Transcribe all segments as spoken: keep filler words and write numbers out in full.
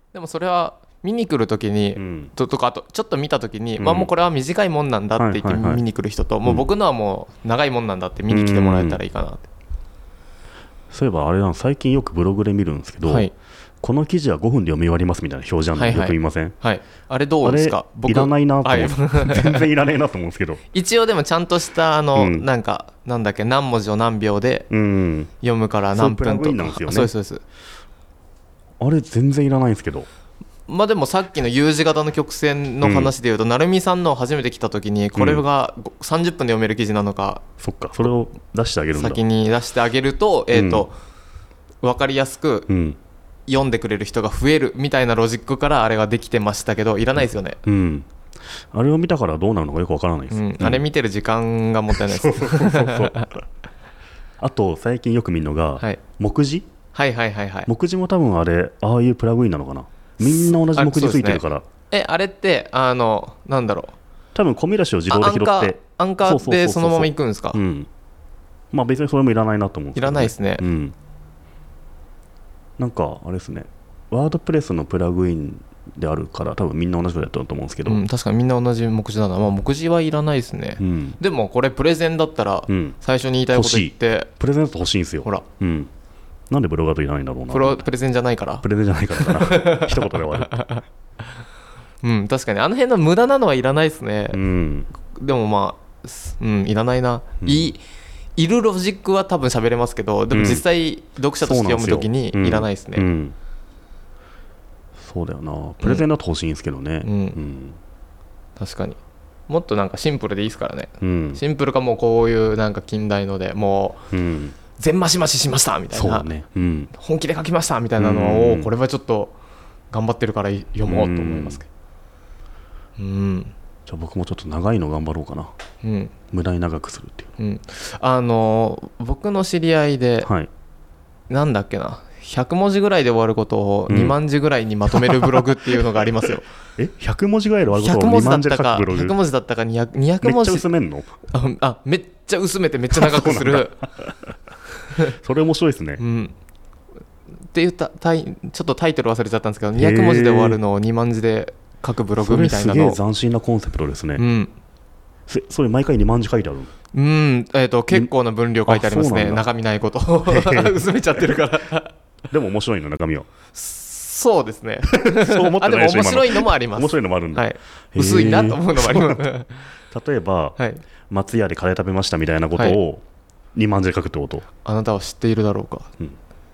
でもそれは見に来るときに、うん、と, とかあとちょっと見たときに、うん、まあ、もうこれは短いもんなんだって言って見に来る人と、はいはいはい、もう僕のはもう長いもんなんだって見に来てもらえたらいいかなって、うん、 そういえばあれな、最近よくブログで見るんですけど、はい、この記事はごふんで読み終わりますみたいな表示あるの、はいはい、よく見ません？はい、あれどうですか？僕いらないなと思う全然いらないなと思うんですけど一応でもちゃんとしたあの、うん、なんかなんだっけ何文字を何秒で読むから何分とか、うん、そういうプラグインなんですよね。そうですそうです。 あれ全然いらないんですけど、 まあでもさっきの U 字型の曲線の話でいうと、うん、成美さんの初めて来た時にこれがさんじゅっぷんで読める記事なのか、 うん、そっか、それを出してあげるんだ。 先に出してあげると、えーとうん、分かりやすく読んでくれる人が増えるみたいなロジックからあれができてましたけど、いらないですよね、 うん、あれを見たからどうなるのかよくわからないです、 うんうん、あれ見てる時間がもったいないですそうそうそうそうあと最近よく見るのが、はい、目次、 はいはいはいはい、 目次も多分あれああいうプラグインなのかな。みんな同じ目次ついてるから、ね、 えあれってあのなんだろう、 多分込み出しを自動で拾ってアンカーでそのまま行くんですか。 うん、まあ別にそれもいらないなと思うんですけど、ね、 いらないですね、 うん、なんかあれですね、ワードプレスのプラグインであるから多分みんな同じことやってると思うんですけど、 うん、確かにみんな同じ目次だな、まあ、目次はいらないですね、うん、でもこれプレゼンだったら最初に言いたいこと言って、うん、 プレゼンだと欲しいんですよ。 ほら、 うん、なんでブロガーといらないんだろうな。 プロプレゼンじゃないからプレゼンじゃないからかな一言で終わるうん、確かにあの辺の無駄なのはいらないですね、うん、でもまあ、うん、いらないな、うん、い, いるロジックは多分喋れますけど、でも実際読者として読むときにいらないですね、うんうん、 そうだよな、プレゼンだと欲しいんですけどね、うんうん、 確かにもっとなんかシンプルでいいですからね、うん、シンプルかもうこういうなんか近代のでもう、うん全マシマシしましたみたいな、ねうん、本気で書きましたみたいなのを、うん、これはちょっと頑張ってるから読もうと思いますけど、うん、 じゃあ僕もちょっと長いの頑張ろうかな、うん、無駄に長くするっていう、うん、 あの僕の知り合いで、はい、なんだっけなひゃくもじぐらいで終わることをにまんじぐらいにまとめるブログっていうのがありますよ、 うん、えひゃくもじぐらいで終わることをにまんじで書くブログ、 ひゃくもじだったかにひゃく、にひゃくもじめっちゃ薄めんの？ ああめっちゃ薄めてめっちゃ長くするそれ面白いですね、 うん、っていうたタイちょっとタイトル忘れちゃったんですけどにひゃくもじで終わるのをにまんじで書くブログみたいなの。 それすげえ斬新なコンセプトですね、うん、そ, それ毎回にまんじ書いてある？ うん、えーと、結構な分量書いてありますね。中身ないこと薄めちゃってるからでも面白いの中身は。 そうですねそう思ってないでしょ。 あでも面白いのもあります。 面白いのもあるんだ、はい、 薄いなと思うのもあります例えば、はい、松屋でカレー食べましたみたいなことを、はいにまんじで書くってこと？ あなたは知っているだろうか、うん、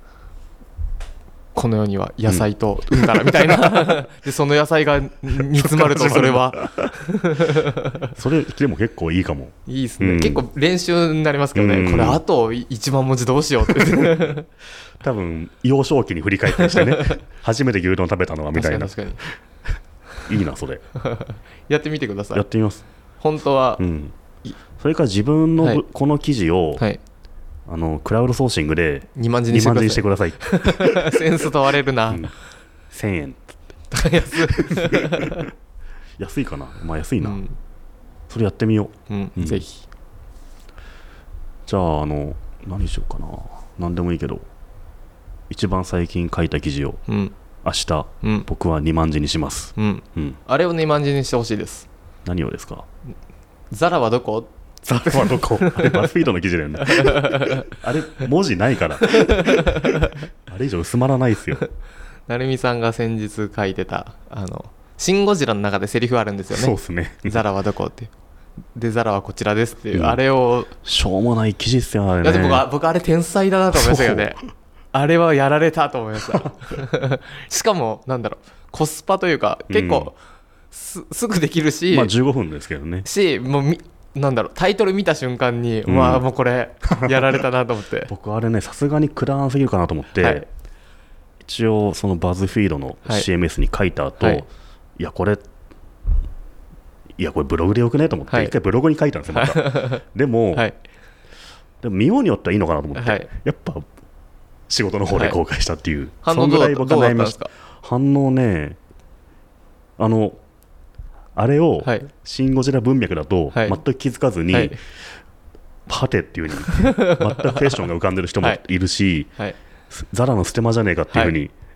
この世には野菜とうんたらみたいな、うん、でその野菜が煮詰まるとそれはそれでも結構いいかも。 いいですね、うん、結構練習になりますけどね、うん、これあといちまんもじどうしようって多分幼少期に振り返ったりしてね初めて牛丼食べたのはみたいな。 確かに確かにいいなそれやってみてください。 やってみます。 本当は、 うんそれから自分のこの記事を、はい、あのクラウドソーシングでにまんじにしてください。 センス問われるな、うん、 せんえん安い安いかな、まあ安いな、うん、それやってみよう、 うんうん、ぜひ。 じゃあ、あの何しようかな、何でもいいけど一番最近書いた記事を、うん、明日、うん、僕はにまんじにします、うんうん、あれをにまんじにしてほしいです。 何をですか？ ザラはどこ？ ザラはどこ？あれバズフィードの記事だよねあれ文字ないからあれ以上薄まらないですよ。 成美さんが先日書いてたあのシン・ゴジラの中でセリフあるんですよね。 そうですねザラはどこってでザラはこちらですっていう、うん、あれをしょうもない記事っすよあれね。 だって 僕, は僕あれ天才だなと思いましたけどねあれはやられたと思いましたしかもなんだろうコスパというか結構、うんす, すぐできるし、 まあ、じゅうごふんですけどねしもうみなんだろうタイトル見た瞬間に、うん、まあもうこれやられたなと思って僕あれねさすがにくだらなすぎるかなと思って、はい、一応そのバズフィードの シーエムエス に書いた後、はい、いやこれいやこれブログでよくねと思って、はい、一回ブログに書いたんですよまたでも、はい、でも見ようによってはいいのかなと思って、はい、やっぱ仕事の方で公開したっていう、 はい、そのぐらい僕は悩みました。 反応ねあのあれをシン・ゴジラ文脈だと全く気づかずに、はい、パテっていう風に全くクエスチョンが浮かんでる人もいるし、はいはい、ザラのステマじゃねえかっていう風に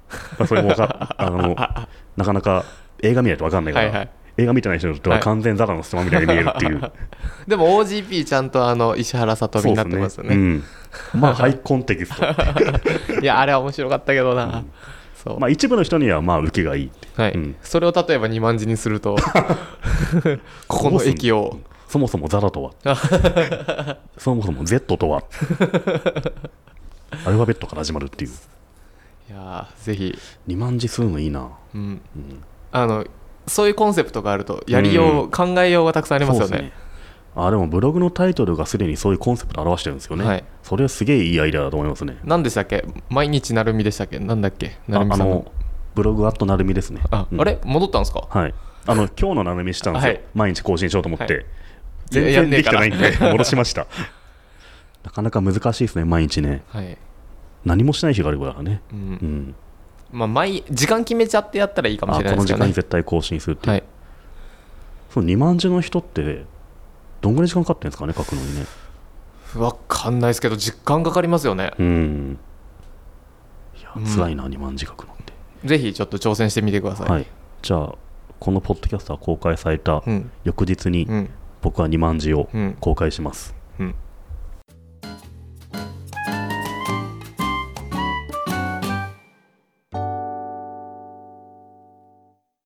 まあ、それもかあのなかなか映画見ないと分かんないから、はいはい、映画見てない人にとっては完全ザラのスマみたいに見えるっていう、はい、 でも オージーピー ちゃんとあの石原さとみになってますよね。 そうですね、うん、まあハイコンテキストいやあれは面白かったけどな、うん、 そうまあ、一部の人にはまあ受けがいいって、 はいうん、それを例えばにまん字にするとここの駅をそもそもザラとはそもそも Z とはアルファベットから始まるっていう。 いやぜひにまん字するのいいな、 うんうん、あのそういうコンセプトがあるとやりよう、うん、考えようがたくさんありますよ ね, ねあでもブログのタイトルがすでにそういうコンセプトを表してるんですよね、はい、それはすげえいいアイデアだと思いますね。 何でしたっけ、毎日なるみでしたっけ、なんだっけ、なるみさん の, あのブログアットなるみですね。 あ,、うん、あれ戻ったんですか。 はいあの今日のなるみしたんですよ、はい、毎日更新しようと思って、はい、全然できてないんで戻しましたなかなか難しいですね毎日ね、はい、何もしない日があるからね、うんうんまあ、毎時間決めちゃってやったらいいかもしれないですけどね。 この時間に絶対更新するっていう、はい、そのにまん字の人ってどんぐらい時間かかってるんですかね、書くのにね。 分かんないですけど時間かかりますよね。 うんいや辛いな、うん、にまん字書くのって。 ぜひちょっと挑戦してみてください、はい、 じゃあこのポッドキャストが公開された翌日に僕はにまん字を公開します、うん